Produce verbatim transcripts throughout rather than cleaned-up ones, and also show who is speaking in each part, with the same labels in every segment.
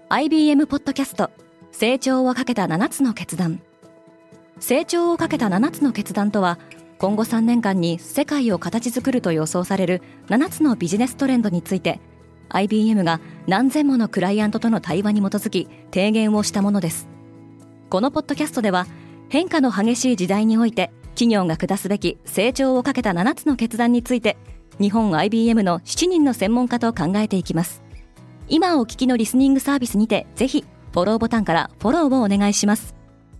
Speaker 1: アイビーエム ポッドキャスト成長をかけたななつの決断。成長をかけたななつの決断とは、今後さんねんかんに世界を形作ると予想されるななつのビジネストレンドについて アイビーエム が何千ものクライアントとの対話に基づき提言をしたものです。このポッドキャストでは、変化の激しい時代において企業が下すべき成長をかけたななつの決断について、日本 アイビーエム のしちにんの専門家と考えていきます。今お聞きのリスニングサービスにて、ぜひフォローボタンからフォローをお願いします。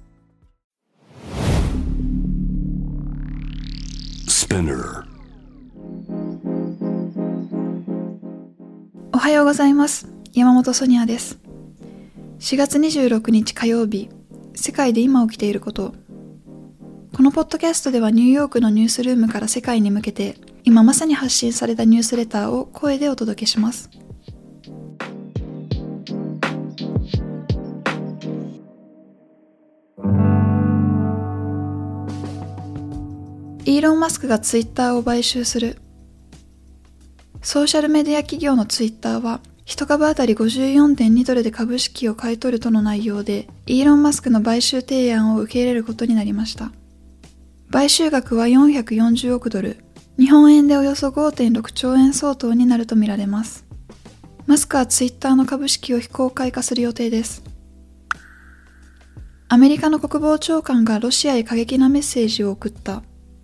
Speaker 2: おはようございます。山本ソニアです。しがつにじゅうろくにち火曜日、世界で今起きていること。このポッドキャストではニューヨークのニュースルームから世界に向けて、今まさに発信されたニュースレターを声でお届けします。イーロン・マスクがツイッターを買収する。ソーシャルメディア企業のツイッターは、いち株当たり ごじゅうよんてんにドルで株式を買い取るとの内容で、イーロン・マスクの買収提案を受け入れることになりました。買収額はよんひゃくよんじゅうおくドル、日本円でおよそ ごてんろくちょうえん相当になるとみられます。マスクはツイッターの株式を非公開化する予定です。アメリカの国防長官がロシアへ過激なメッセージを送った。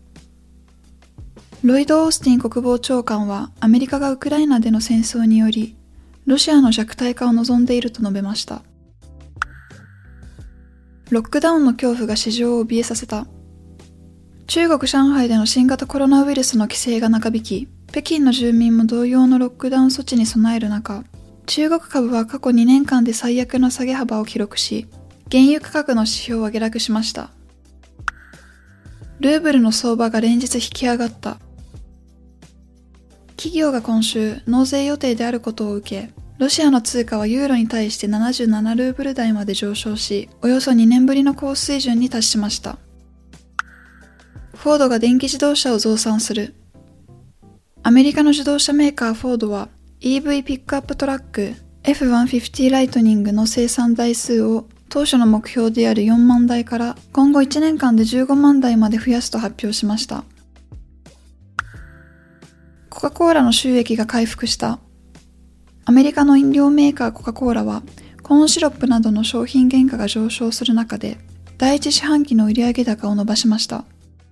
Speaker 2: ロイド・オースティン国防長官は、アメリカがウクライナでの戦争により、ロシアの弱体化を望んでいると述べました。ロックダウンの恐怖が市場を怯えさせた。中国・上海での新型コロナウイルスの規制が長引き、北京の住民も同様のロックダウン措置に備える中、中国株は過去にねんかんで最悪の下げ幅を記録し、原油価格の指標は下落しました。ルーブルの相場が連日引き上がった。企業が今週納税予定であることを受け、ロシアの通貨はユーロに対してななじゅうななルーブル台まで上昇し、およそにねんぶりの高水準に達しました。フォードが電気自動車を増産する。アメリカの自動車メーカーフォードは イーブイ ピックアップトラック エフひゃくごじゅう ライトニングの生産台数を当初の目標であるよんまんだいから今後いちねんかんでじゅうごまんだいまで増やすと発表しました。コカ・コーラの収益が回復した。アメリカの飲料メーカーコカ・コーラはコーンシロップなどの商品原価が上昇する中で第一四半期の売上高を伸ばしました。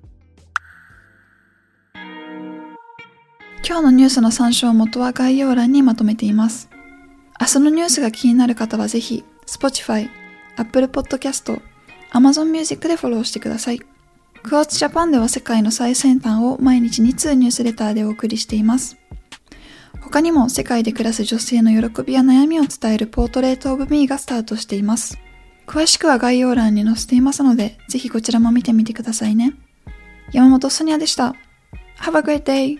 Speaker 2: 今日のニュースの参照元は概要欄にまとめています。明日のニュースが気になる方はぜひ Spotify、Apple Podcast、Amazon Music でフォローしてください。クォーツジャパンでは世界の最先端を毎日に通ニュースレターでお送りしています。他にも世界で暮らす女性の喜びや悩みを伝えるポートレートオブミーがスタートしています。詳しくは概要欄に載せていますので、ぜひこちらも見てみてくださいね。山本ソニアでした。Have a great day!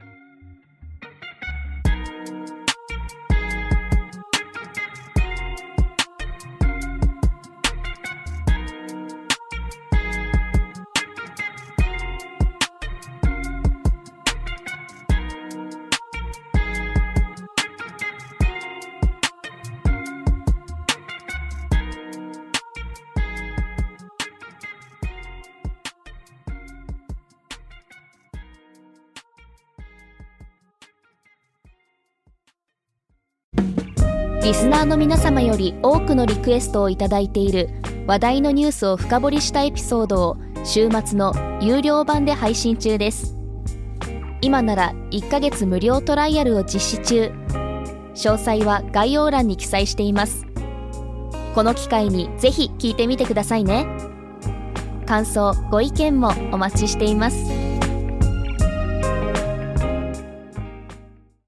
Speaker 3: リスナーの皆様より多くのリクエストをいただいている話題のニュースを深掘りしたエピソードを週末の有料版で配信中です。今ならいっかげつ無料トライアルを実施中。詳細は概要欄に記載しています。この機会にぜひ聞いてみてくださいね。感想、ご意見もお待ちしています。